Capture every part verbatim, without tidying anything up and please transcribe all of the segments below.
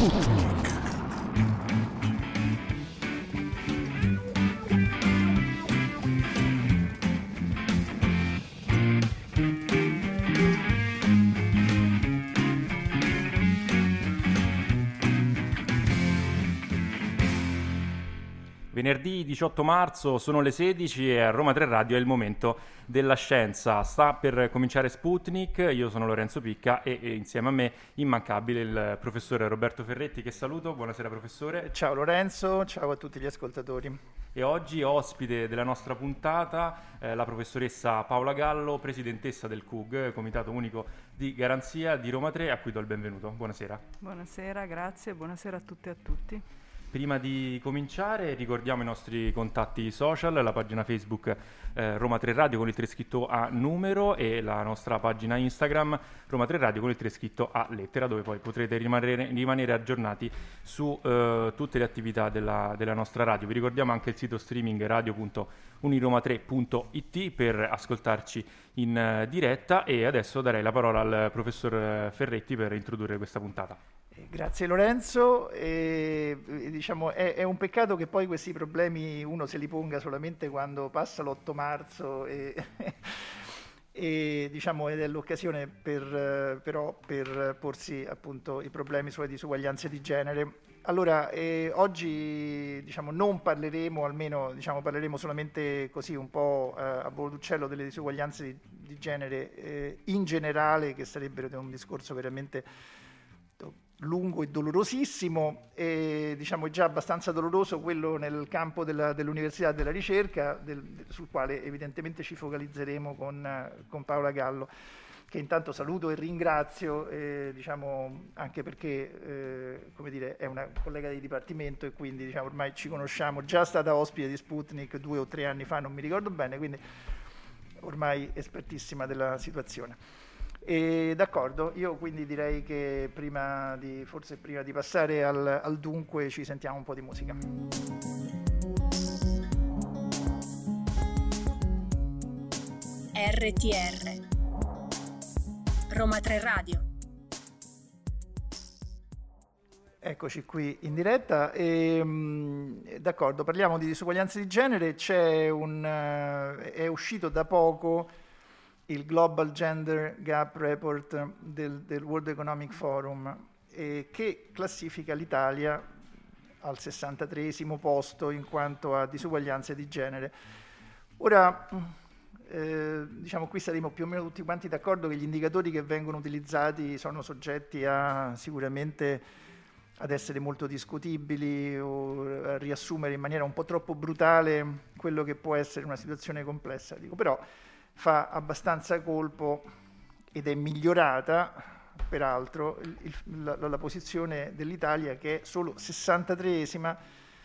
Sputnik. Venerdì diciotto marzo sono le sedici e a Roma tre Radio è il momento della scienza. Sta per cominciare Sputnik, io sono Lorenzo Picca e, e insieme a me immancabile il professore Roberto Ferretti, che saluto. Buonasera professore. Ciao Lorenzo, ciao a tutti gli ascoltatori. E oggi ospite della nostra puntata eh, la professoressa Paola Gallo, presidentessa del C U G, Comitato Unico di Garanzia di Roma tre, a cui do il benvenuto. Buonasera. Buonasera, grazie, buonasera a tutti e a tutti. Prima di cominciare ricordiamo i nostri contatti social, la pagina Facebook eh, Roma tre Radio con il tre scritto a numero e la nostra pagina Instagram Roma tre Radio con il tre scritto a lettera, dove poi potrete rimanere, rimanere aggiornati su eh, tutte le attività della, della nostra radio. Vi ricordiamo anche il sito streaming radio punto uniroma tre punto it per ascoltarci in uh, diretta, e adesso darei la parola al professor Ferretti per introdurre questa puntata. Grazie Lorenzo, e, diciamo, è, è un peccato che poi questi problemi uno se li ponga solamente quando passa l'otto marzo e, e diciamo, ed è l'occasione per, però per porsi appunto i problemi sulle disuguaglianze di genere. Allora, eh, oggi diciamo, non parleremo, almeno diciamo, parleremo solamente così un po' eh, a volo d'uccello delle disuguaglianze di, di genere eh, in generale, che sarebbe un discorso veramente lungo e dolorosissimo, e diciamo è già abbastanza doloroso quello nel campo della, dell'università e della ricerca, del, sul quale evidentemente ci focalizzeremo con, con Paola Gallo, che intanto saluto e ringrazio, eh, diciamo, anche perché eh, come dire, è una collega di dipartimento e quindi diciamo, ormai ci conosciamo, già stata ospite di Sputnik due o tre anni fa, non mi ricordo bene, quindi ormai espertissima della situazione. E d'accordo, io quindi direi che prima di, forse prima di passare al, al dunque ci sentiamo un po' di musica. R T R Roma tre Radio. Eccoci qui in diretta. E, mh, d'accordo, parliamo di disuguaglianze di genere. C'è un, uh, è uscito da poco il Global Gender Gap Report del, del World Economic Forum, eh, che classifica l'Italia al sessantatreesimo posto in quanto a disuguaglianze di genere. Ora, eh, diciamo qui saremo più o meno tutti quanti d'accordo che gli indicatori che vengono utilizzati sono soggetti a sicuramente ad essere molto discutibili o a riassumere in maniera un po' troppo brutale quello che può essere una situazione complessa. Dico, però fa abbastanza colpo ed è migliorata, peraltro, il, il, la, la posizione dell'Italia, che è solo sessantatreesima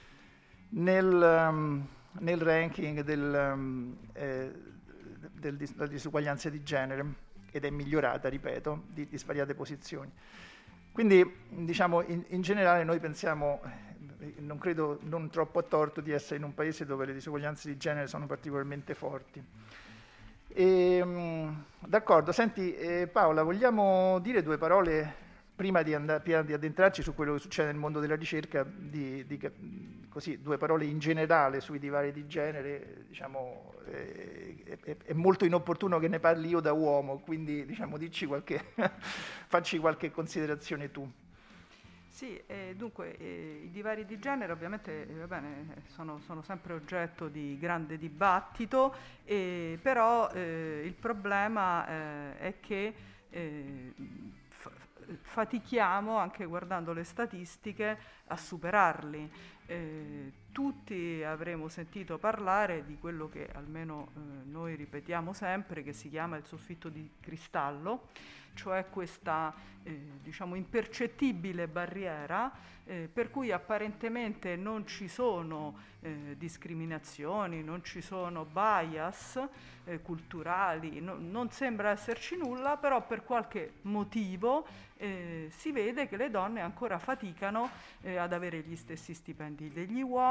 nel, um, nel ranking del, um, eh, del, della disuguaglianza di genere, ed è migliorata, ripeto, di, di svariate posizioni. Quindi, diciamo, in, in generale noi pensiamo, non credo non troppo a torto, di essere in un paese dove le disuguaglianze di genere sono particolarmente forti. E, mh, d'accordo, senti eh, Paola, vogliamo dire due parole prima di, and- prima di addentrarci su quello che succede nel mondo della ricerca, di, di, così, due parole in generale sui divari di genere. Diciamo, eh, è, è molto inopportuno che ne parli io da uomo, quindi diciamo, dici qualche facci qualche considerazione tu. Sì, eh, dunque eh, i divari di genere ovviamente eh, va bene, sono, sono sempre oggetto di grande dibattito, eh, però eh, il problema eh, è che eh, f- fatichiamo, anche guardando le statistiche, a superarli. Eh, tutti avremo sentito parlare di quello che almeno eh, noi ripetiamo sempre, che si chiama il soffitto di cristallo, cioè questa eh, diciamo impercettibile barriera eh, per cui apparentemente non ci sono eh, discriminazioni, non ci sono bias eh, culturali, no, non sembra esserci nulla, però per qualche motivo eh, si vede che le donne ancora faticano eh, ad avere gli stessi stipendi degli uomini,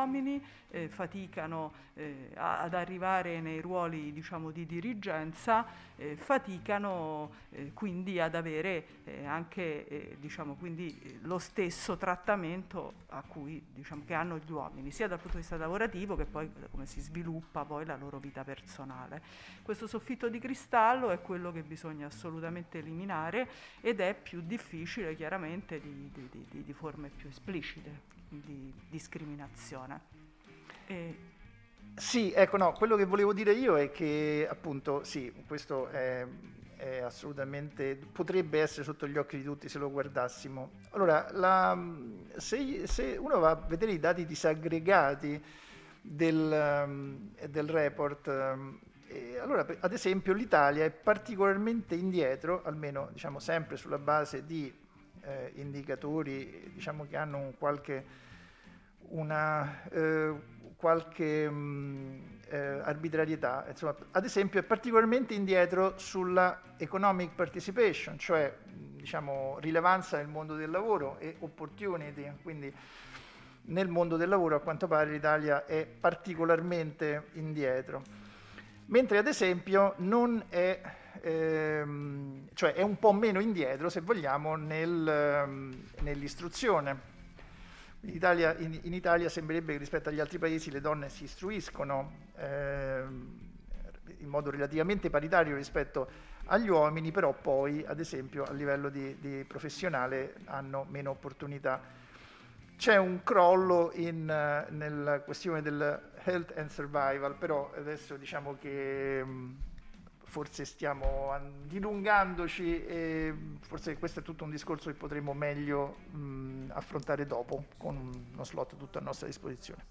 uomini, eh, faticano eh, a, ad arrivare nei ruoli, diciamo, di dirigenza, eh, faticano eh, quindi ad avere eh, anche eh, diciamo, quindi, lo stesso trattamento a cui, diciamo, che hanno gli uomini, sia dal punto di vista lavorativo che poi come si sviluppa poi la loro vita personale. Questo soffitto di cristallo è quello che bisogna assolutamente eliminare ed è più difficile chiaramente di, di, di, di forme più esplicite di discriminazione. E Sì, ecco, no, quello che volevo dire io è che appunto sì, questo è, è assolutamente, potrebbe essere sotto gli occhi di tutti se lo guardassimo. Allora, la, se, se uno va a vedere i dati disaggregati del, del report, eh, allora ad esempio l'Italia è particolarmente indietro, almeno diciamo sempre sulla base di eh, indicatori diciamo che hanno un qualche, una, eh, qualche mh, eh, arbitrarietà. Insomma, ad esempio è particolarmente indietro sulla economic participation, cioè diciamo rilevanza nel mondo del lavoro e opportunity, quindi nel mondo del lavoro a quanto pare l'Italia è particolarmente indietro, mentre ad esempio non è, ehm, cioè è un po' meno indietro se vogliamo nel, ehm, nell'istruzione. In Italia, in, in Italia sembrerebbe che rispetto agli altri paesi le donne si istruiscono ehm, in modo relativamente paritario rispetto agli uomini, però poi ad esempio a livello di, di professionale hanno meno opportunità. C'è un crollo in, uh, nella questione del health and survival, però adesso diciamo che mh, forse stiamo an- dilungandoci e forse questo è tutto un discorso che potremo meglio mh, affrontare dopo con uno slot tutto a nostra disposizione.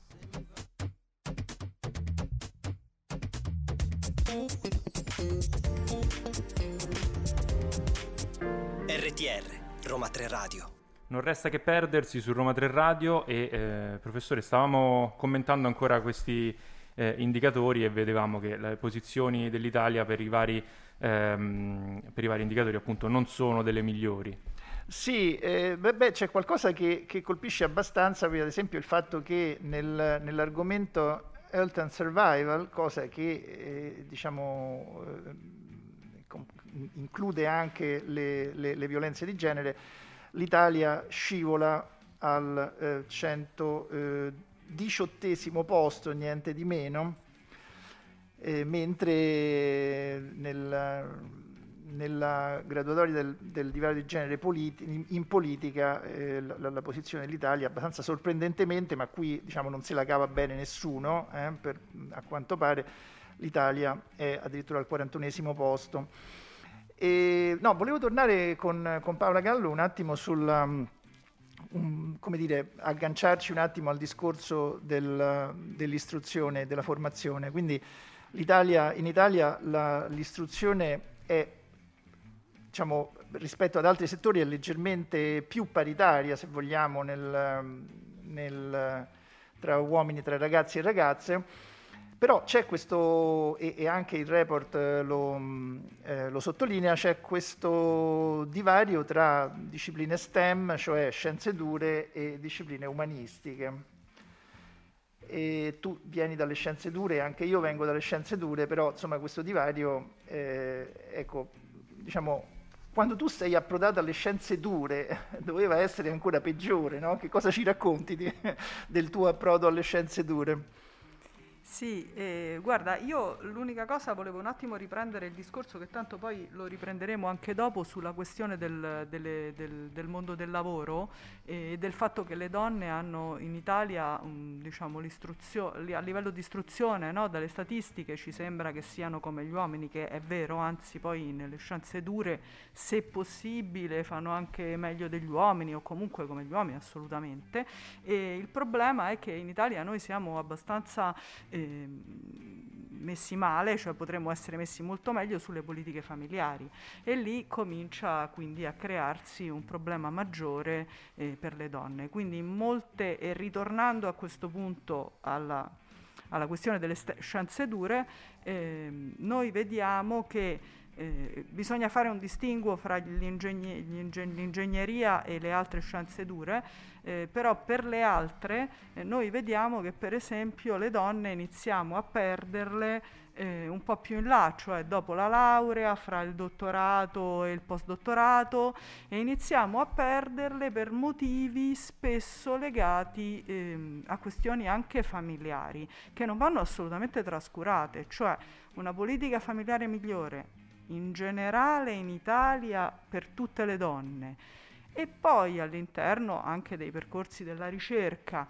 R T R, Roma tre Radio. Non resta che perdersi su Roma tre Radio e eh, professore, stavamo commentando ancora questi eh, indicatori e vedevamo che le posizioni dell'Italia per i vari, ehm, per i vari indicatori appunto non sono delle migliori. Sì, eh, beh, beh, c'è qualcosa che, che colpisce abbastanza, ad esempio il fatto che nel, nell'argomento health and survival, cosa che eh, diciamo eh, com- include anche le, le, le violenze di genere, l'Italia scivola al eh, centodiciottesimo posto, niente di meno, eh, mentre nel, nella graduatoria del, del divario di genere politi- in, in politica eh, la, la posizione dell'Italia abbastanza sorprendentemente, ma qui diciamo non se la cava bene nessuno, eh, per, a quanto pare l'Italia è addirittura al quarantunesimo posto. E, no, volevo tornare con, con Paola Gallo un attimo sul, um, come dire, agganciarci un attimo al discorso del, dell'istruzione e della formazione. Quindi l'Italia, in Italia la, l'istruzione è, diciamo, rispetto ad altri settori è leggermente più paritaria, se vogliamo, nel, nel, tra uomini, tra ragazzi e ragazze. Però c'è questo, e, e anche il report lo, eh, lo sottolinea, c'è questo divario tra discipline STEM, cioè scienze dure, e discipline umanistiche. E tu vieni dalle scienze dure, anche io vengo dalle scienze dure, però insomma questo divario, eh, ecco, diciamo, quando tu sei approdato alle scienze dure doveva essere ancora peggiore, no? Che cosa ci racconti di, del tuo approdo alle scienze dure? Sì, eh, guarda, io l'unica cosa volevo un attimo riprendere il discorso che tanto poi lo riprenderemo anche dopo sulla questione del, delle, del, del mondo del lavoro e del fatto che le donne hanno in Italia um, diciamo l'istruzione a livello di istruzione, no? Dalle statistiche ci sembra che siano come gli uomini, che è vero, anzi poi nelle scienze dure se possibile fanno anche meglio degli uomini o comunque come gli uomini assolutamente, e il problema è che in Italia noi siamo abbastanza eh, messi male, cioè potremmo essere messi molto meglio sulle politiche familiari, e lì comincia quindi a crearsi un problema maggiore eh, per le donne. Quindi molte, e ritornando a questo punto alla, alla questione delle st- scienze dure, eh, noi vediamo che eh, bisogna fare un distinguo fra gli ingegni- gli ingeg- l'ingegneria e le altre scienze dure, eh, però per le altre eh, noi vediamo che per esempio le donne iniziamo a perderle eh, un po' più in là, cioè dopo la laurea, fra il dottorato e il postdottorato, e iniziamo a perderle per motivi spesso legati ehm, a questioni anche familiari, che non vanno assolutamente trascurate, cioè una politica familiare migliore in generale in Italia per tutte le donne, e poi all'interno anche dei percorsi della ricerca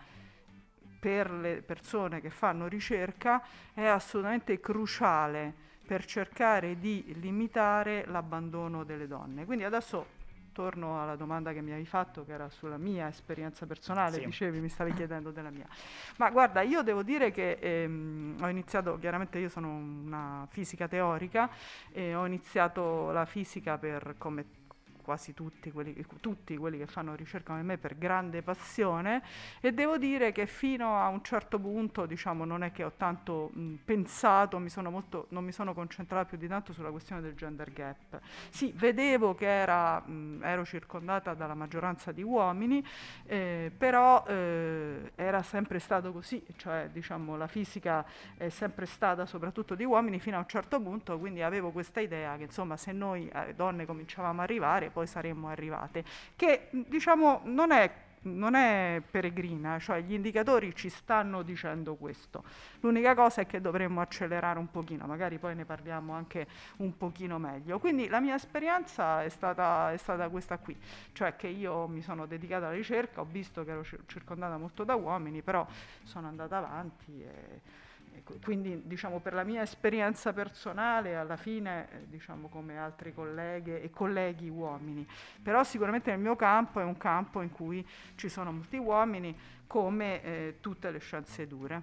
per le persone che fanno ricerca è assolutamente cruciale per cercare di limitare l'abbandono delle donne. Quindi adesso torno alla domanda che mi hai fatto, che era sulla mia esperienza personale, Sì. dicevi, mi stavi chiedendo della mia. Ma guarda, io devo dire che ehm, ho iniziato, chiaramente io sono una fisica teorica, e ho iniziato la fisica per, come quasi tutti quelli, tutti quelli che fanno ricerca come me, per grande passione, e devo dire che fino a un certo punto, diciamo, non è che ho tanto mh, pensato, mi sono molto, non mi sono concentrata più di tanto sulla questione del gender gap. Sì, vedevo che era, mh, ero circondata dalla maggioranza di uomini, eh, però eh, era sempre stato così, cioè diciamo la fisica è sempre stata soprattutto di uomini fino a un certo punto, quindi avevo questa idea che insomma se noi eh, donne cominciavamo a arrivare, poi saremmo arrivate, che diciamo non è, non è peregrina, cioè gli indicatori ci stanno dicendo questo. L'unica cosa è che dovremmo accelerare un pochino, magari poi ne parliamo anche un pochino meglio. Quindi la mia esperienza è stata, è stata questa qui, cioè che io mi sono dedicata alla ricerca, ho visto che ero circondata molto da uomini, però sono andata avanti e quindi diciamo per la mia esperienza personale alla fine eh, diciamo come altre colleghe e colleghi uomini, però sicuramente nel mio campo è un campo in cui ci sono molti uomini, come eh, tutte le scienze dure.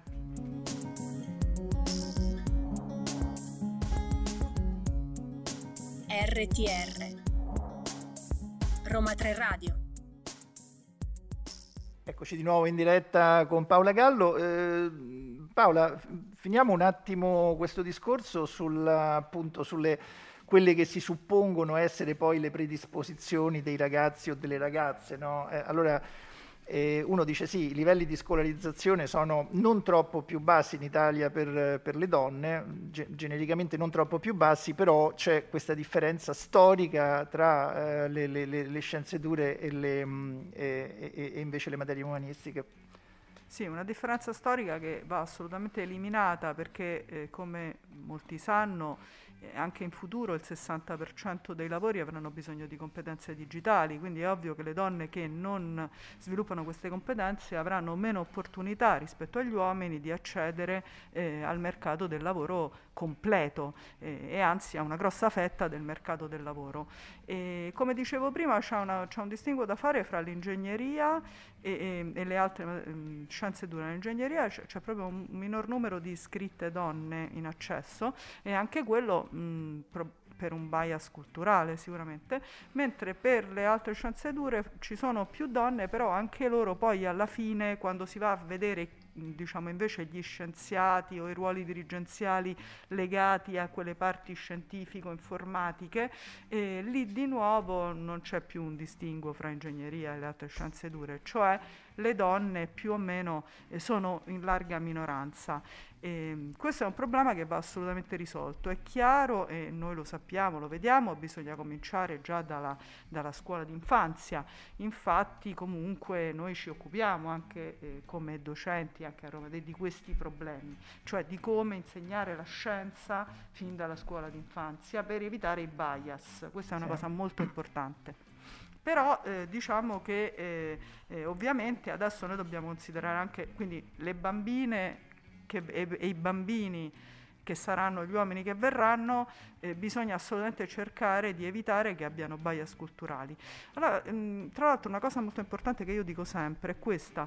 R T R Roma tre Radio. Eccoci di nuovo in diretta con Paola Gallo. Eh, Paola, finiamo un attimo questo discorso sulla, appunto, sulle quelle che si suppongono essere poi le predisposizioni dei ragazzi o delle ragazze, no? Eh, allora, eh, uno dice sì, i livelli di scolarizzazione sono non troppo più bassi in Italia per, per le donne, ge- genericamente non troppo più bassi, però c'è questa differenza storica tra eh, le, le, le scienze dure e, le, mh, e, e, e invece le materie umanistiche. Sì, una differenza storica che va assolutamente eliminata perché, eh, come molti sanno, eh, anche in futuro il sessanta per cento dei lavori avranno bisogno di competenze digitali, quindi è ovvio che le donne che non sviluppano queste competenze avranno meno opportunità rispetto agli uomini di accedere eh, al mercato del lavoro completo eh, e anzi a una grossa fetta del mercato del lavoro. E, come dicevo prima, c'è, una, c'è un distinguo da fare fra l'ingegneria e, e, e le altre um, scienze dure. Nell'ingegneria c'è, c'è proprio un minor numero di iscritte donne in accesso, e anche quello mh, pro- per un bias culturale sicuramente, mentre per le altre scienze dure ci sono più donne, però anche loro poi alla fine, quando si va a vedere diciamo invece gli scienziati o i ruoli dirigenziali legati a quelle parti scientifico-informatiche, eh, lì di nuovo non c'è più un distinguo fra ingegneria e le altre scienze dure, cioè le donne più o meno eh, sono in larga minoranza. E questo è un problema che va assolutamente risolto, è chiaro, e noi lo sappiamo, lo vediamo, bisogna cominciare già dalla, dalla scuola d'infanzia. Infatti comunque noi ci occupiamo anche eh, come docenti anche a Roma di, di questi problemi, cioè di come insegnare la scienza fin dalla scuola d'infanzia per evitare i bias. Questa è una sì. cosa molto importante. Però eh, diciamo che eh, eh, ovviamente adesso noi dobbiamo considerare anche quindi le bambine che, e, e i bambini che saranno gli uomini che verranno, eh, bisogna assolutamente cercare di evitare che abbiano bias culturali. Allora, mh, tra l'altro una cosa molto importante che io dico sempre è questa: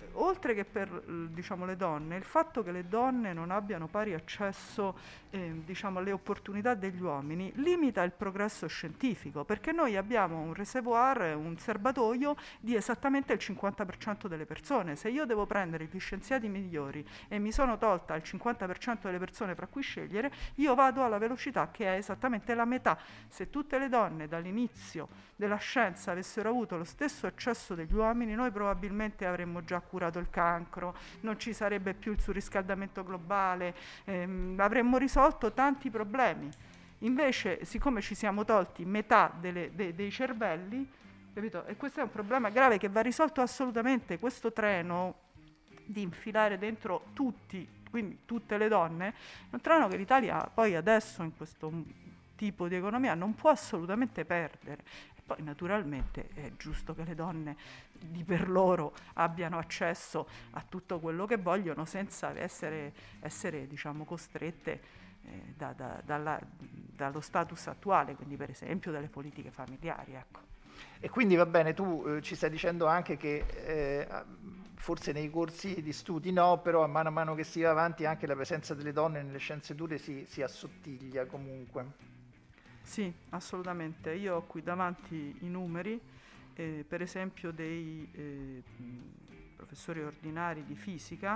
oltre che per diciamo, le donne, il fatto che le donne non abbiano pari accesso eh, diciamo, alle opportunità degli uomini limita il progresso scientifico, perché noi abbiamo un reservoir, un serbatoio di esattamente il cinquanta per cento delle persone. Se io devo prendere gli scienziati migliori e mi sono tolta il cinquanta per cento delle persone fra cui scegliere, io vado alla velocità che è esattamente la metà. Se tutte le donne dall'inizio della scienza avessero avuto lo stesso accesso degli uomini, noi probabilmente avremmo già curato il cancro, non ci sarebbe più il surriscaldamento globale, ehm, avremmo risolto tanti problemi. Invece, siccome ci siamo tolti metà delle, de, dei cervelli, capito? E questo è un problema grave che va risolto assolutamente. Questo treno di infilare dentro tutti, quindi tutte le donne, è un treno che l'Italia poi adesso in questo tipo di economia non può assolutamente perdere. Poi naturalmente è giusto che le donne di per loro abbiano accesso a tutto quello che vogliono senza essere, essere diciamo, costrette eh, da, da, dalla, dallo status attuale, quindi per esempio dalle politiche familiari. Ecco. E quindi va bene, tu eh, ci stai dicendo anche che eh, forse nei corsi di studi no, però a mano a mano che si va avanti anche la presenza delle donne nelle scienze dure si, si assottiglia comunque. Sì, assolutamente. Io ho qui davanti i numeri, eh, per esempio dei eh, professori ordinari di fisica.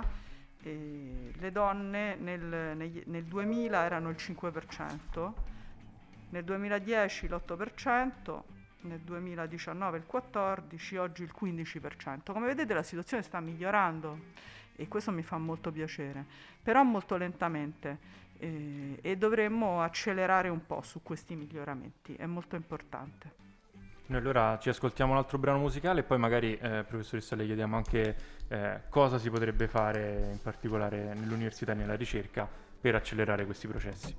Eh, le donne nel, nel, nel duemila erano il cinque per cento, nel duemiladieci l'otto per cento, nel duemiladiciannove il quattordici per cento, oggi il quindici per cento. Come vedete la situazione sta migliorando e questo mi fa molto piacere, però molto lentamente. Eh, e dovremmo accelerare un po' su questi miglioramenti, è molto importante. Noi allora ci ascoltiamo un altro brano musicale e poi magari, eh, professoressa, le chiediamo anche eh, cosa si potrebbe fare in particolare nell'università e nella ricerca per accelerare questi processi.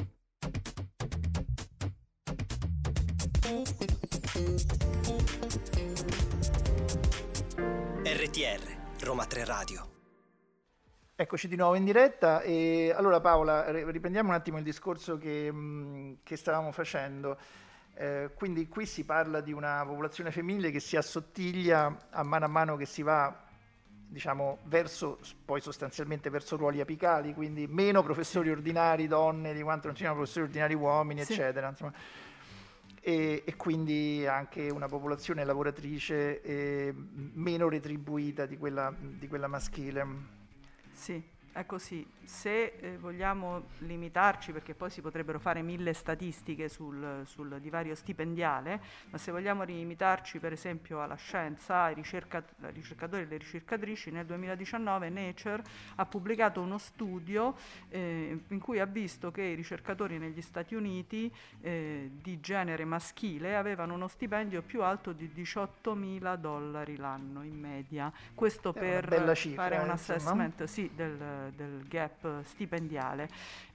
R T R, Roma tre Radio. Eccoci di nuovo in diretta e allora Paola riprendiamo un attimo il discorso che, mh, che stavamo facendo. Eh, quindi qui si parla di una popolazione femminile che si assottiglia a mano a mano che si va, diciamo, verso, poi sostanzialmente verso ruoli apicali, quindi meno professori ordinari donne di quanto non ci siano professori ordinari uomini, sì. eccetera. Insomma. E, e quindi anche una popolazione lavoratrice eh, meno retribuita di quella, di quella maschile. Sì, è così. Se eh, vogliamo limitarci, perché poi si potrebbero fare mille statistiche sul, sul divario stipendiale, ma se vogliamo limitarci per esempio alla scienza, ai ricerca, ricercatori e le ricercatrici, nel duemiladiciannove Nature ha pubblicato uno studio eh, in cui ha visto che i ricercatori negli Stati Uniti eh, di genere maschile avevano uno stipendio più alto di diciottomila dollari l'anno in media. Questo è per cifra, fare un insomma. assessment sì, del, del gap stipendiale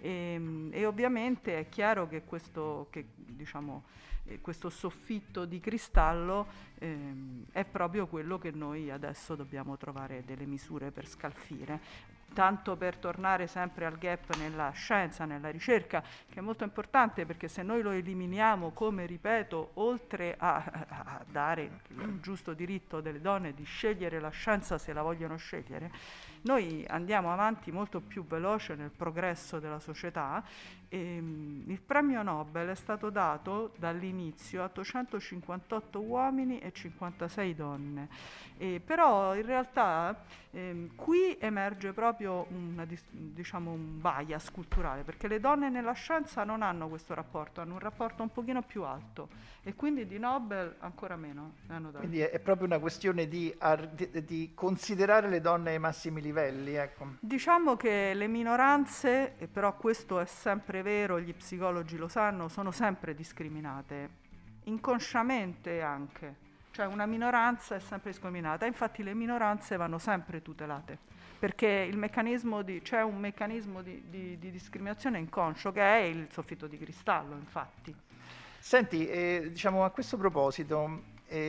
e, e ovviamente è chiaro che questo, che, diciamo, eh, questo soffitto di cristallo ehm, è proprio quello che noi adesso dobbiamo trovare delle misure per scalfire. Tanto per tornare sempre al gap nella scienza, nella ricerca, che è molto importante perché se noi lo eliminiamo, come ripeto, oltre a, a dare il giusto diritto delle donne di scegliere la scienza se la vogliono scegliere, noi andiamo avanti molto più veloce nel progresso della società. E, um, il premio Nobel è stato dato dall'inizio a ottocentocinquantotto uomini e cinquantasei donne, e però in realtà ehm, qui emerge proprio una, diciamo, un bias culturale, perché le donne nella scienza non hanno questo rapporto, hanno un rapporto un pochino più alto e quindi di Nobel ancora meno ne hanno dato. Quindi è, è proprio una questione di, di, di considerare le donne ai massimi livelli, ecco. Diciamo che le minoranze, e però questo è sempre vero, gli psicologi lo sanno, sono sempre discriminate, inconsciamente anche. Cioè una minoranza è sempre discriminata, infatti le minoranze vanno sempre tutelate, perché il meccanismo di, c'è un meccanismo di, di, di discriminazione inconscio che è il soffitto di cristallo, infatti. Senti, eh, diciamo a questo proposito,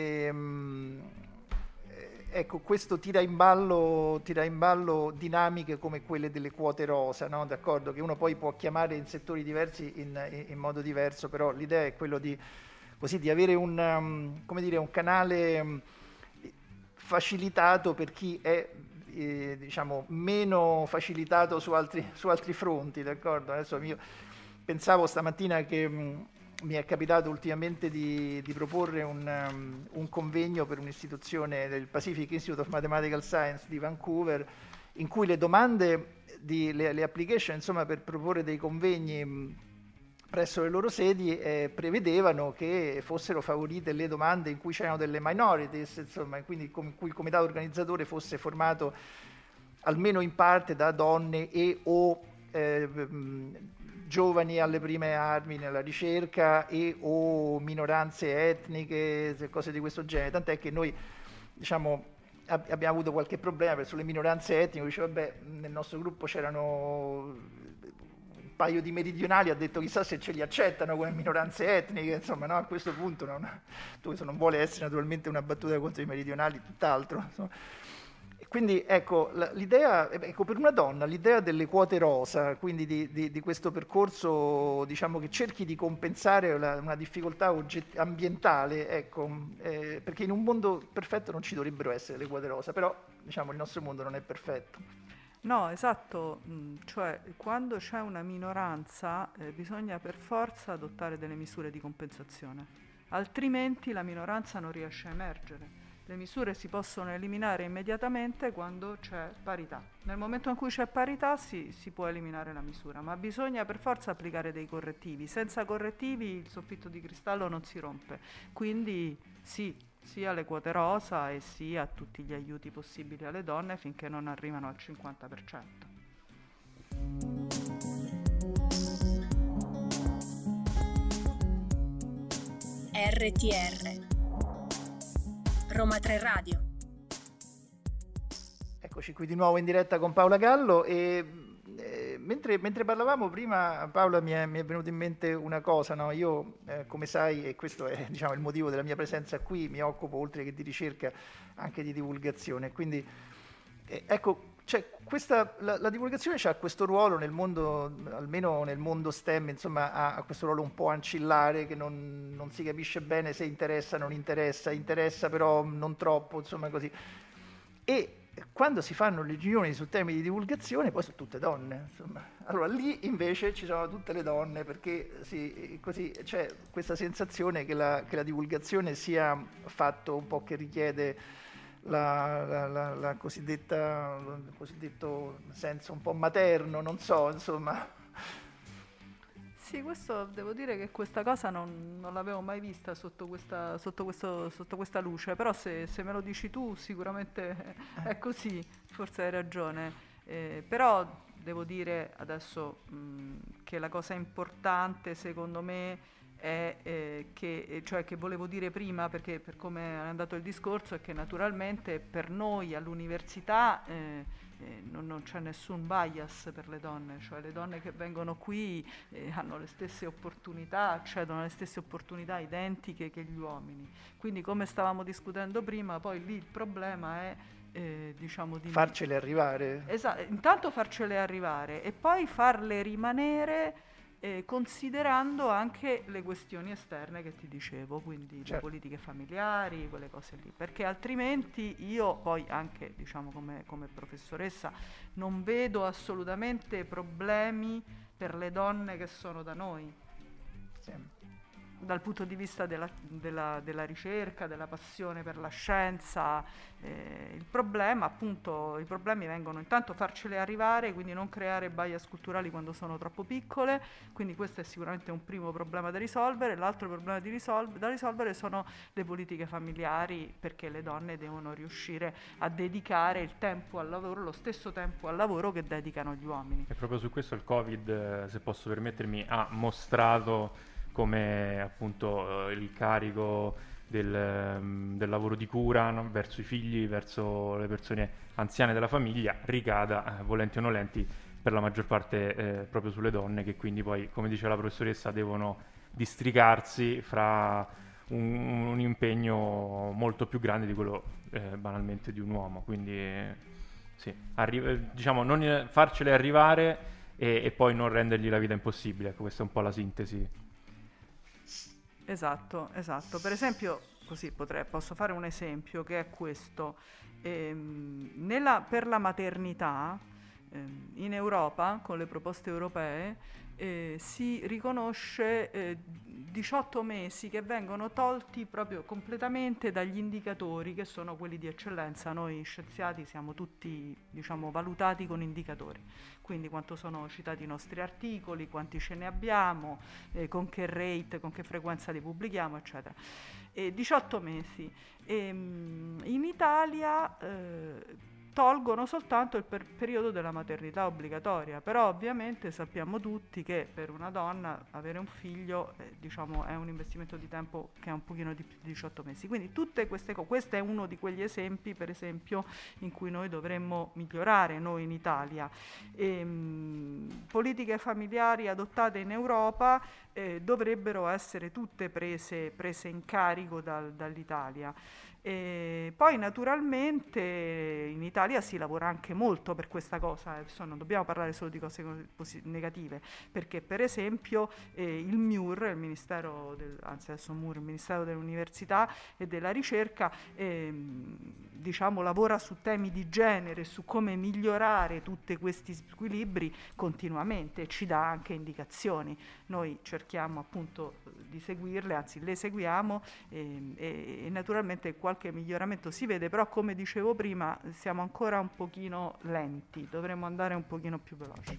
ehm, ecco, questo tira in ballo, tira in ballo dinamiche come quelle delle quote rosa, no? D'accordo? Che uno poi può chiamare in settori diversi in, in, in modo diverso, però l'idea è quello di, così, di avere un, um, come dire, un canale um, facilitato per chi è eh, diciamo meno facilitato su altri, su altri fronti, d'accordo? Adesso io pensavo stamattina che mh, mi è capitato ultimamente di, di proporre un, um, un convegno per un'istituzione del Pacific Institute of Mathematical Science di Vancouver, in cui le domande, di, le, le application, insomma, per proporre dei convegni mh, presso le loro sedi eh, prevedevano che fossero favorite le domande in cui c'erano delle minorities, insomma, e quindi in cui il comitato organizzatore fosse formato almeno in parte da donne e o eh, mh, giovani alle prime armi nella ricerca e o minoranze etniche, cose di questo genere, tant'è che noi, diciamo, ab- abbiamo avuto qualche problema verso le minoranze etniche. Dice, vabbè, nel nostro gruppo c'erano un paio di meridionali, ha detto chissà se ce li accettano come minoranze etniche, insomma, no, a questo punto non, questo non vuole essere naturalmente una battuta contro i meridionali, tutt'altro, insomma. Quindi ecco, l'idea, ecco, per una donna l'idea delle quote rosa, quindi di, di, di questo percorso, diciamo, che cerchi di compensare una, una difficoltà ogget- ambientale, ecco, eh, perché in un mondo perfetto non ci dovrebbero essere le quote rosa, però diciamo il nostro mondo non è perfetto. No, esatto, mm, cioè quando c'è una minoranza eh, bisogna per forza adottare delle misure di compensazione, altrimenti la minoranza non riesce a emergere. Le misure si possono eliminare immediatamente quando c'è parità. Nel momento in cui c'è parità si, si può eliminare la misura, ma bisogna per forza applicare dei correttivi. Senza correttivi il soffitto di cristallo non si rompe. Quindi sì, sia le quote rosa e sia tutti gli aiuti possibili alle donne finché non arrivano al cinquanta per cento. R T R Roma tre Radio. Eccoci qui di nuovo in diretta con Paola Gallo e eh, mentre, mentre parlavamo prima, Paola, mi è, mi è venuta in mente una cosa, no? Io eh, come sai, e questo è, diciamo, il motivo della mia presenza qui, mi occupo oltre che di ricerca anche di divulgazione, quindi eh, ecco, cioè, questa, la, la divulgazione ha questo ruolo nel mondo, almeno nel mondo STEM, insomma, ha, ha questo ruolo un po' ancillare che non, non si capisce bene se interessa o non interessa, interessa però non troppo, insomma così. E quando si fanno le riunioni su temi di divulgazione, poi sono tutte donne, insomma. Allora lì invece ci sono tutte le donne, perché sì, così c'è questa sensazione che la, che la divulgazione sia fatto un po' che richiede La, la, la, la cosiddetta, il cosiddetto senso un po' materno, non so, insomma. Sì, questo devo dire che questa cosa non, non l'avevo mai vista sotto questa, sotto questo, sotto questa luce, però se, se me lo dici tu sicuramente è così, forse hai ragione. Eh, però devo dire adesso mh, che la cosa importante secondo me è eh, che, cioè che volevo dire prima, perché per come è andato il discorso, è che naturalmente per noi all'università eh, eh, non, non c'è nessun bias per le donne, cioè le donne che vengono qui eh, hanno le stesse opportunità, accedono alle stesse opportunità identiche che gli uomini. Quindi come stavamo discutendo prima, poi lì il problema è eh, diciamo di farcele arrivare. Esatto, intanto farcele arrivare e poi farle rimanere Eh, considerando anche le questioni esterne che ti dicevo, quindi certo, le politiche familiari, quelle cose lì, perché altrimenti io poi anche, diciamo, come, come professoressa non vedo assolutamente problemi per le donne che sono da noi, sì, dal punto di vista della, della, della ricerca, della passione per la scienza. Eh, il problema, appunto, i problemi vengono intanto farcele arrivare, quindi non creare bias culturali quando sono troppo piccole, quindi questo è sicuramente un primo problema da risolvere. L'altro problema di risolve, da risolvere sono le politiche familiari, perché le donne devono riuscire a dedicare il tempo al lavoro, lo stesso tempo al lavoro che dedicano gli uomini. E proprio su questo il Covid, se posso permettermi, ha mostrato come appunto eh, il carico del, um, del lavoro di cura, no? Verso i figli, verso le persone anziane della famiglia, ricada, eh, volenti o nolenti, per la maggior parte eh, proprio sulle donne, che quindi poi, come dice la professoressa, devono districarsi fra un, un impegno molto più grande di quello eh, banalmente di un uomo. Quindi eh, sì, arri- diciamo non farcele arrivare e, e poi non rendergli la vita impossibile. Ecco, questa è un po' la sintesi. Esatto, esatto. Per esempio, così potrei, posso fare un esempio che è questo. Ehm, nella, per la maternità ehm, in Europa, con le proposte europee, eh, si riconosce eh, diciotto mesi che vengono tolti proprio completamente dagli indicatori che sono quelli di eccellenza. Noi scienziati siamo tutti, diciamo, valutati con indicatori, quindi quanto sono citati i nostri articoli, quanti ce ne abbiamo, eh, con che rate, con che frequenza li pubblichiamo, eccetera. E diciotto mesi. E, mh, in Italia eh, tolgono soltanto il per- periodo della maternità obbligatoria, però ovviamente sappiamo tutti che per una donna avere un figlio eh, diciamo, è un investimento di tempo che è un pochino di più di diciotto mesi. Quindi tutte queste cose, questo è uno di quegli esempi, per esempio, in cui noi dovremmo migliorare noi in Italia. E, mh, politiche familiari adottate in Europa eh, dovrebbero essere tutte prese, prese in carico dal, dall'Italia. E poi naturalmente in Italia si lavora anche molto per questa cosa, adesso non dobbiamo parlare solo di cose posi- negative, perché per esempio eh, il M I U R, il Ministero del, anzi adesso M U R, il Ministero dell'Università e della Ricerca, ehm, diciamo lavora su temi di genere, su come migliorare tutti questi squilibri continuamente e ci dà anche indicazioni. Noi cerchiamo appunto di seguirle, anzi le seguiamo e, e, e naturalmente qualche miglioramento si vede, però come dicevo prima siamo ancora un pochino lenti, dovremmo andare un pochino più veloci.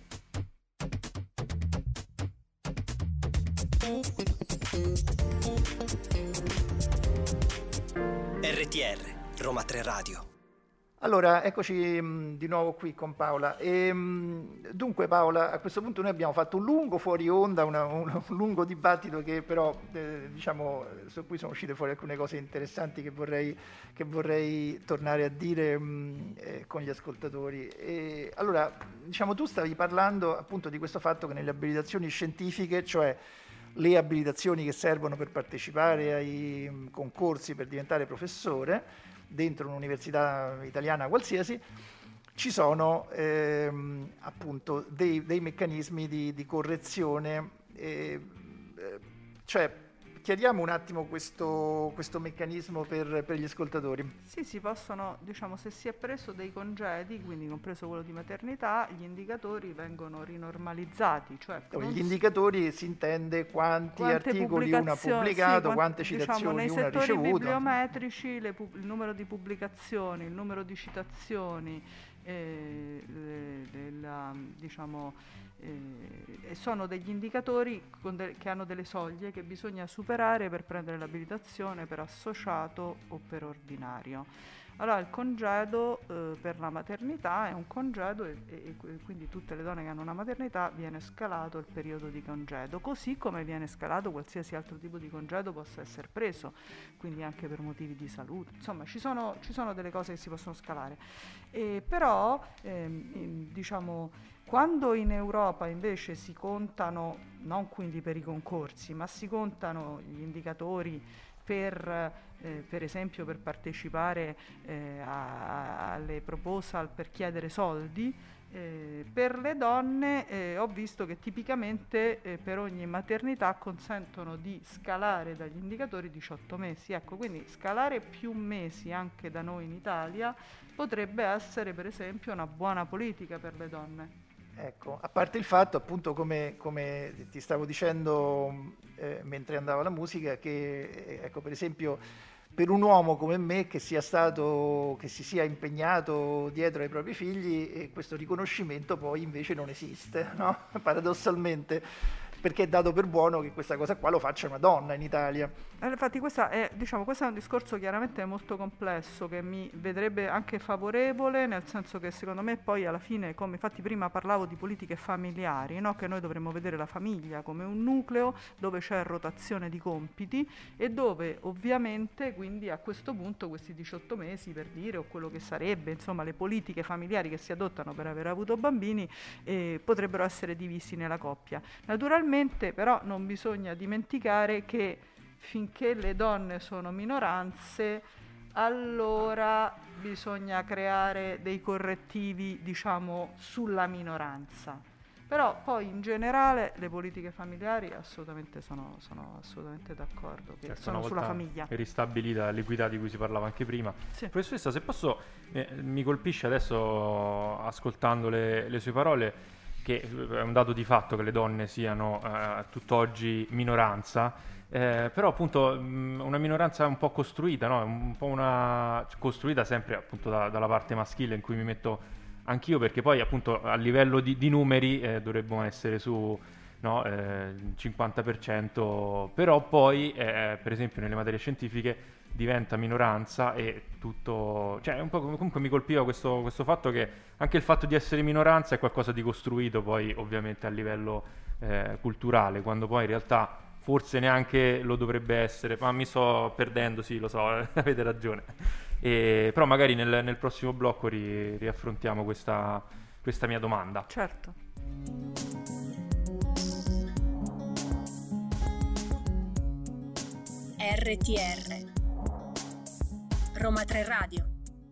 R T R, Roma tre Radio. Allora, eccoci mh, di nuovo qui con Paola. E, mh, dunque Paola, a questo punto noi abbiamo fatto un lungo fuori onda, una, un, un lungo dibattito che però, eh, diciamo, su cui sono uscite fuori alcune cose interessanti che vorrei, che vorrei tornare a dire mh, eh, con gli ascoltatori. E, allora, diciamo, tu stavi parlando appunto di questo fatto che nelle abilitazioni scientifiche, cioè le abilitazioni che servono per partecipare ai mh, concorsi per diventare professore, dentro un'università italiana qualsiasi, ci sono ehm, appunto dei, dei meccanismi di, di correzione. Eh, eh, cioè, chiariamo un attimo questo, questo meccanismo per, per gli ascoltatori. Sì, si possono, diciamo, se si è preso dei congedi, quindi compreso quello di maternità, gli indicatori vengono rinormalizzati. Cioè Con non gli si- indicatori si intende quanti quante articoli uno ha pubblicazioni- pubblicato, sì, quan- quante diciamo, citazioni nei uno ha settori ricevuto. bibliometrici le pub- il numero di pubblicazioni, il numero di citazioni, eh, le- le- la- diciamo, eh, e sono degli indicatori con de- che hanno delle soglie che bisogna superare per prendere l'abilitazione per associato o per ordinario. Allora il congedo eh, per la maternità è un congedo e, e- e quindi tutte le donne che hanno una maternità viene scalato il periodo di congedo, così come viene scalato qualsiasi altro tipo di congedo possa essere preso, quindi anche per motivi di salute. Insomma, ci sono, ci sono delle cose che si possono scalare. E però, ehm, in- diciamo, quando in Europa invece si contano, non quindi per i concorsi, ma si contano gli indicatori per, eh, per esempio per partecipare eh, a- alle proposal per chiedere soldi, eh, per le donne eh, ho visto che tipicamente eh, per ogni maternità consentono di scalare dagli indicatori diciotto mesi. Ecco, quindi scalare più mesi anche da noi in Italia potrebbe essere per esempio una buona politica per le donne. Ecco, a parte il fatto, appunto, come, come ti stavo dicendo eh, mentre andava la musica, che eh, ecco, per esempio, per un uomo come me che sia stato, che si sia impegnato dietro ai propri figli, eh, questo riconoscimento poi invece non esiste, no? Paradossalmente, perché è dato per buono che questa cosa qua lo faccia una donna in Italia. Eh, Infatti questa è, diciamo, questo è un discorso chiaramente molto complesso che mi vedrebbe anche favorevole, nel senso che secondo me poi alla fine, come infatti prima parlavo di politiche familiari, no? Che noi dovremmo vedere la famiglia come un nucleo dove c'è rotazione di compiti e dove ovviamente quindi a questo punto questi diciotto mesi per dire o quello che sarebbe, insomma, le politiche familiari che si adottano per aver avuto bambini eh, potrebbero essere divisi nella coppia. Naturalmente però non bisogna dimenticare che finché le donne sono minoranze, allora bisogna creare dei correttivi, diciamo, sulla minoranza. Però poi in generale le politiche familiari assolutamente sono, sono assolutamente d'accordo, che Certo, sono una sulla volta famiglia. è ristabilita l'equità di cui si parlava anche prima. Sì. Professoressa, se posso, eh, mi colpisce adesso, ascoltando le, le sue parole, che è un dato di fatto che le donne siano eh, tutt'oggi minoranza, eh, però appunto mh, una minoranza un po' costruita, no? Un po' una costruita sempre appunto da- dalla parte maschile, in cui mi metto anch'io, perché poi appunto a livello di, di numeri eh, dovremmo essere su, no, eh, cinquanta per cento, però poi eh, per esempio nelle materie scientifiche diventa minoranza e tutto, cioè un po' come- comunque mi colpiva questo, questo fatto che anche il fatto di essere minoranza è qualcosa di costruito poi ovviamente a livello eh, culturale, quando poi in realtà forse neanche lo dovrebbe essere, ma mi sto perdendo, sì lo so, avete ragione. E, però magari nel, nel prossimo blocco ri- riaffrontiamo questa, questa mia domanda. Certo. R T R Roma tre Radio.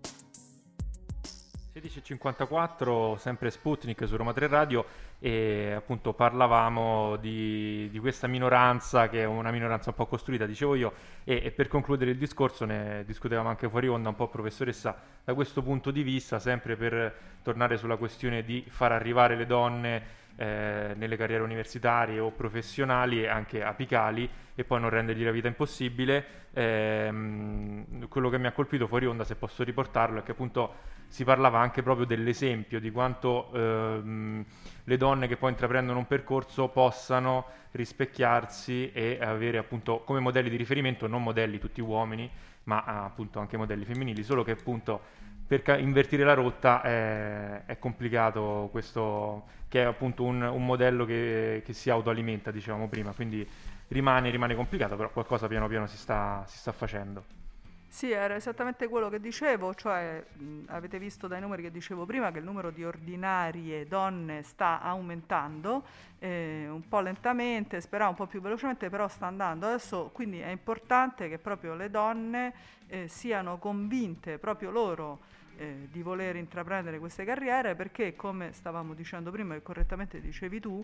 sedici e cinquantaquattro, sempre Sputnik su Roma tre Radio, e appunto parlavamo di, di questa minoranza che è una minoranza un po' costruita, dicevo io, e, e per concludere il discorso ne discutevamo anche fuori onda un po', professoressa, da questo punto di vista, sempre per tornare sulla questione di far arrivare le donne eh, nelle carriere universitarie o professionali e anche apicali e poi non rendergli la vita impossibile. Ehm, quello che mi ha colpito fuori onda, se posso riportarlo, è che appunto si parlava anche proprio dell'esempio di quanto ehm, le donne che poi intraprendono un percorso possano rispecchiarsi e avere appunto come modelli di riferimento non modelli tutti uomini, ma ah, appunto anche modelli femminili, solo che appunto per ca- invertire la rotta è, è complicato questo, che è appunto un, un modello che, che si autoalimenta, dicevamo prima, quindi rimane, rimane complicato, però qualcosa piano piano si sta, si sta facendo. Sì, era esattamente quello che dicevo, cioè mh, avete visto dai numeri che dicevo prima che il numero di ordinarie donne sta aumentando, eh, un po' lentamente, speravo un po' più velocemente, però sta andando. Adesso quindi è importante che proprio le donne eh, siano convinte, proprio loro, eh, di voler intraprendere queste carriere, perché come stavamo dicendo prima e correttamente dicevi tu,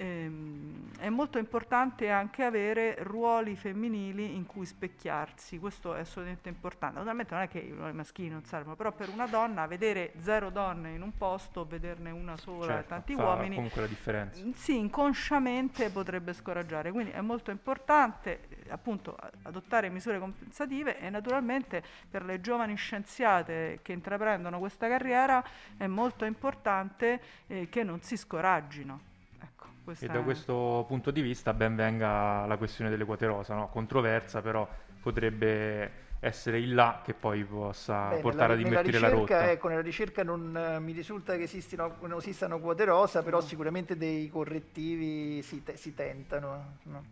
ehm, è molto importante anche avere ruoli femminili in cui specchiarsi. Questo è assolutamente importante. Naturalmente non è che i ruoli maschili non servono, però per una donna vedere zero donne in un posto, vederne una sola e Certo, tanti fa uomini, comunque la differenza. mm, sì, inconsciamente potrebbe scoraggiare. Quindi è molto importante eh, appunto a- adottare misure compensative, e naturalmente per le giovani scienziate che intraprendono questa carriera è molto importante eh, che non si scoraggino. Ecco, questa E da è- questo punto di vista ben venga la questione delle quote rosa, no? Controversa, però potrebbe essere il là che poi possa Beh, portare nella, ad nella invertire la ricerca, rotta. ecco, nella ricerca non eh, mi risulta che esistino, non esistano quote rosa, però sicuramente dei correttivi si, te- si tentano. No?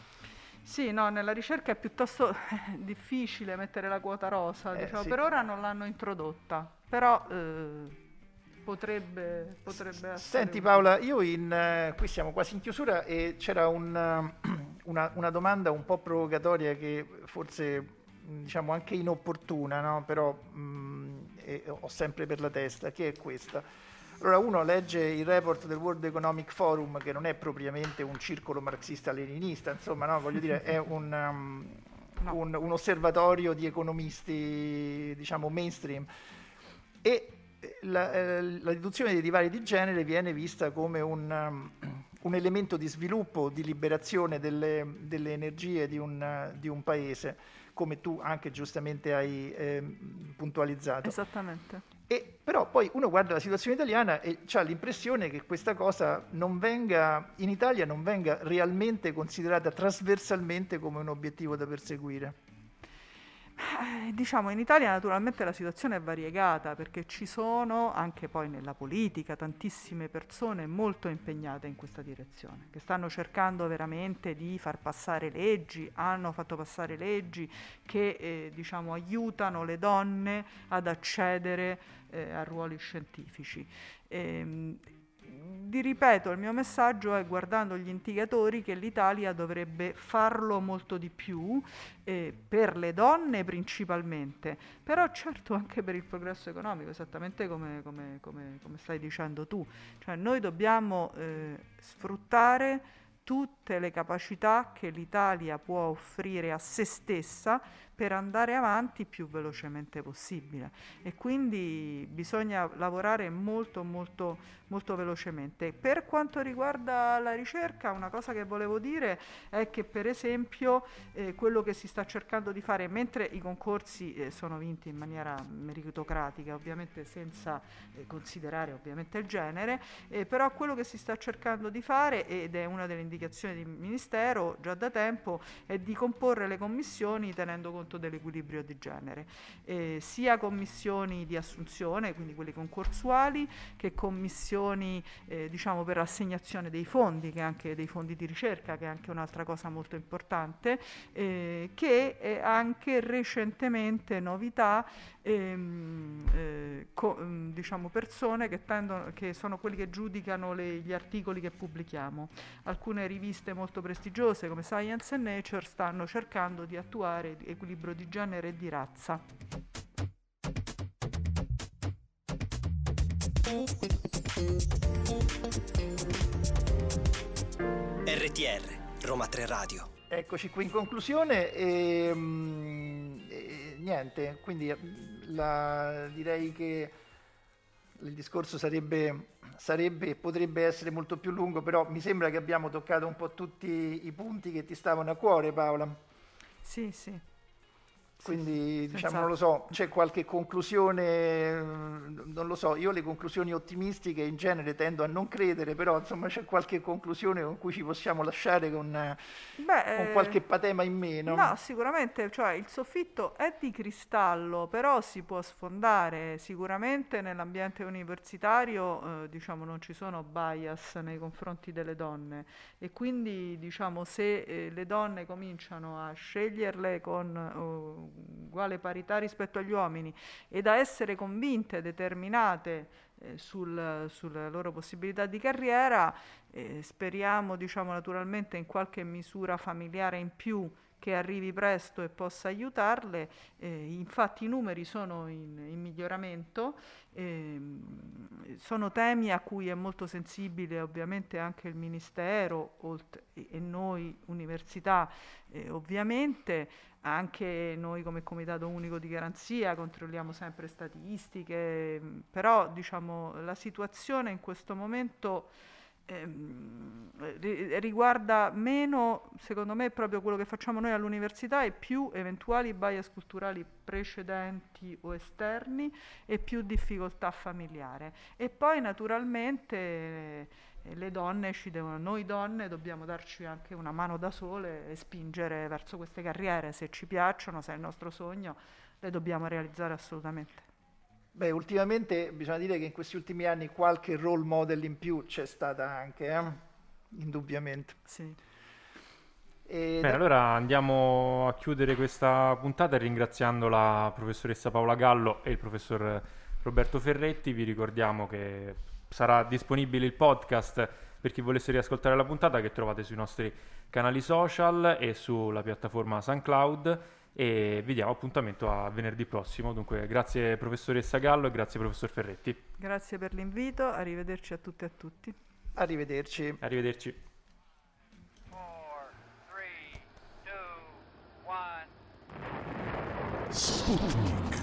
Sì, no, nella ricerca è piuttosto difficile mettere la quota rosa, Eh, diciamo. sì. Per ora non l'hanno introdotta, però eh, potrebbe, potrebbe essere. Senti utile. Paola, io in, eh, qui siamo quasi in chiusura e c'era un, eh, una, una domanda un po' provocatoria che forse mh, diciamo anche inopportuna, no? Però mh, e- ho sempre per la testa, che è questa. Allora uno legge il report del World Economic Forum, che non è propriamente un circolo marxista-leninista, insomma, no? Voglio dire, è un, um, No. un, un osservatorio di economisti, diciamo, mainstream. E la, eh, la riduzione dei divari di genere viene vista come un, um, un elemento di sviluppo, di liberazione delle, delle energie di un, di un paese, come tu anche giustamente hai eh, puntualizzato. Esattamente. E però poi uno guarda la situazione italiana e ha l'impressione che questa cosa non venga, in Italia non venga realmente considerata trasversalmente come un obiettivo da perseguire. Eh, Diciamo, in Italia naturalmente la situazione è variegata, perché ci sono anche poi nella politica tantissime persone molto impegnate in questa direzione, che stanno cercando veramente di far passare leggi, hanno fatto passare leggi che eh, diciamo, aiutano le donne ad accedere eh, a ruoli scientifici. Ehm, di ripeto, il mio messaggio è, guardando gli indicatori, che l'Italia dovrebbe farlo molto di più, eh, per le donne principalmente, però certo anche per il progresso economico, esattamente come, come, come, come stai dicendo tu. Cioè noi dobbiamo eh, sfruttare tutte le capacità che l'Italia può offrire a se stessa per andare avanti più velocemente possibile, e quindi bisogna lavorare molto molto molto velocemente. Per quanto riguarda la ricerca, una cosa che volevo dire è che, per esempio, eh, quello che si sta cercando di fare, mentre i concorsi eh, sono vinti in maniera meritocratica, ovviamente senza eh, considerare ovviamente il genere, eh, però quello che si sta cercando di fare, ed è una delle indicazioni del Ministero già da tempo, è di comporre le commissioni tenendo conto dell'equilibrio di genere, eh, sia commissioni di assunzione, quindi quelle concorsuali, che commissioni eh, diciamo per l'assegnazione dei fondi, che anche dei fondi di ricerca, che è anche un'altra cosa molto importante, eh, che è anche recentemente novità, ehm, eh, co- diciamo persone che, tendono, che sono quelli che giudicano le, gli articoli che pubblichiamo. Alcune riviste molto prestigiose come Science and Nature stanno cercando di attuare equilibrio di genere e di razza. R T R, Roma tre Radio. Eccoci qui in conclusione e, mm, e niente, quindi la, direi che il discorso sarebbe, sarebbe e potrebbe essere molto più lungo, però mi sembra che abbiamo toccato un po' tutti i punti che ti stavano a cuore, Paola. Sì, sì. Quindi, sì, diciamo, senza... non lo so, c'è qualche conclusione, non lo so, io le conclusioni ottimistiche in genere tendo a non credere, però insomma c'è qualche conclusione con cui ci possiamo lasciare con, Beh, con qualche patema in meno? No, sicuramente, cioè il soffitto è di cristallo, però si può sfondare. Sicuramente nell'ambiente universitario eh, diciamo non ci sono bias nei confronti delle donne, e quindi diciamo se eh, le donne cominciano a sceglierle con uh, uguale parità rispetto agli uomini ed a essere convinte, determinate eh, sul, sulle loro possibilità di carriera, eh, speriamo, diciamo, naturalmente in qualche misura familiare in più che arrivi presto e possa aiutarle. Eh, infatti i numeri sono in, in miglioramento, eh, sono temi a cui è molto sensibile ovviamente anche il Ministero oltre, e, e noi università, eh, ovviamente anche noi come Comitato Unico di Garanzia controlliamo sempre statistiche, però diciamo la situazione in questo momento ehm, riguarda meno, secondo me, proprio quello che facciamo noi all'università, e più eventuali bias culturali precedenti o esterni e più difficoltà familiare. E poi naturalmente eh, le donne ci devono, noi donne dobbiamo darci anche una mano da sole e spingere verso queste carriere, se ci piacciono, se è il nostro sogno, le dobbiamo realizzare assolutamente. Beh, ultimamente bisogna dire che in questi ultimi anni qualche role model in più c'è stata anche, eh? Indubbiamente. Sì. E Bene, da- allora andiamo a chiudere questa puntata ringraziando la professoressa Paola Gallo e il professor Roberto Ferretti. Vi ricordiamo che sarà disponibile il podcast per chi volesse riascoltare la puntata, che trovate sui nostri canali social e sulla piattaforma SoundCloud, e vi diamo appuntamento a venerdì prossimo. Dunque grazie professoressa Gallo e grazie professor Ferretti. Grazie per l'invito, arrivederci a tutte e a tutti. Arrivederci. Arrivederci. Four, three, two, one. Sputnik.